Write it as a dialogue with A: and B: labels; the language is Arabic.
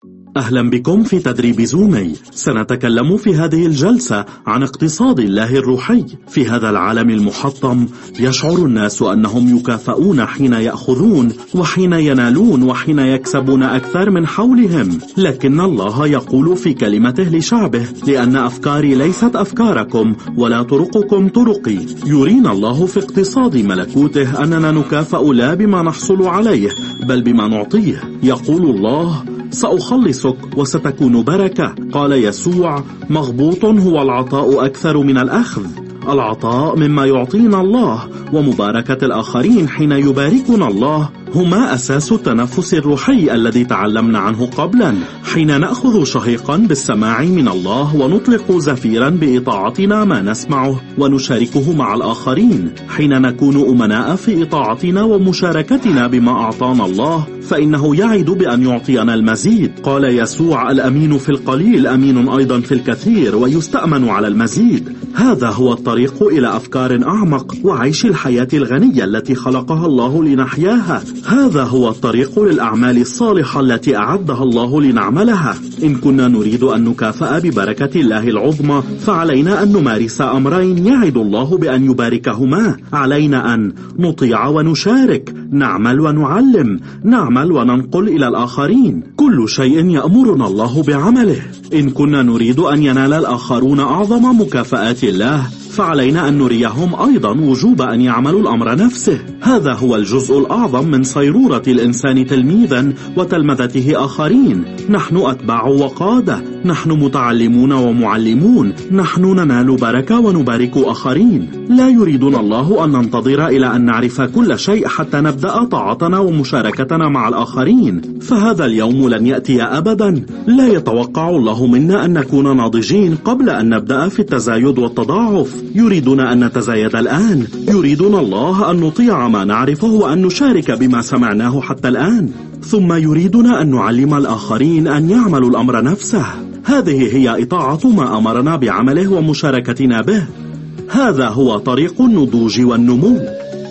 A: أهلا بكم في تدريب زومي. سنتكلم في هذه الجلسة عن اقتصاد الله الروحي. في هذا العالم المحطم يشعر الناس أنهم يكافئون حين يأخذون وحين ينالون وحين يكسبون أكثر من حولهم، لكن الله يقول في كلمته لشعبه: لأن أفكاري ليست أفكاركم ولا طرقكم طرقي. يرينا الله في اقتصاد ملكوته أننا نكافئ لا بما نحصل عليه بل بما نعطيه. يقول الله: سأخلصك وستكون بركة. قال يسوع: مغبوط هو العطاء أكثر من الأخذ. العطاء مما يعطينا الله ومباركة الآخرين حين يباركنا الله هما أساس التنفس الروحي الذي تعلمنا عنه قبلا. حين نأخذ شهيقا بالسماع من الله ونطلق زفيرا بإطاعتنا ما نسمعه ونشاركه مع الآخرين، حين نكون أمناء في إطاعتنا ومشاركتنا بما أعطانا الله، فإنه يعد بأن يعطينا المزيد. قال يسوع: الأمين في القليل أمين أيضا في الكثير ويستأمن على المزيد. هذا هو الطريق إلى أفكار أعمق وعيش الحياة الغنية التي خلقها الله لنحياها. هذا هو الطريق للأعمال الصالحة التي أعدها الله لنعملها. إن كنا نريد أن نكافأ ببركة الله العظمى فعلينا أن نمارس أمرين يعد الله بأن يباركهما. علينا أن نطيع ونشارك، نعمل ونعلم، نعمل وننقل إلى الآخرين. كل شيء يأمرنا الله بعمله. إن كنا نريد أن ينال الآخرون أعظم مكافآت الله فعلينا أن نريهم أيضا وجوب أن يعملوا الأمر نفسه. هذا هو الجزء الأعظم من صيرورة الإنسان تلميذا وتلمذته آخرين. نحن أتباع وقادة، نحن متعلمون ومعلمون، نحن ننال بركة ونبارك آخرين. لا يريدنا الله أن ننتظر إلى أن نعرف كل شيء حتى نبدأ طاعتنا ومشاركتنا مع الآخرين، فهذا اليوم لن يأتي أبدا. لا يتوقع الله منا أن نكون ناضجين قبل أن نبدأ في التزايد والتضاعف. يريدنا أن نتزايد الآن. يريدنا الله أن نطيع ما نعرفه وأن نشارك بما سمعناه حتى الآن، ثم يريدنا أن نعلم الآخرين أن يعملوا الأمر نفسه. هذه هي إطاعة ما أمرنا بعمله ومشاركتنا به. هذا هو طريق النضوج والنمو.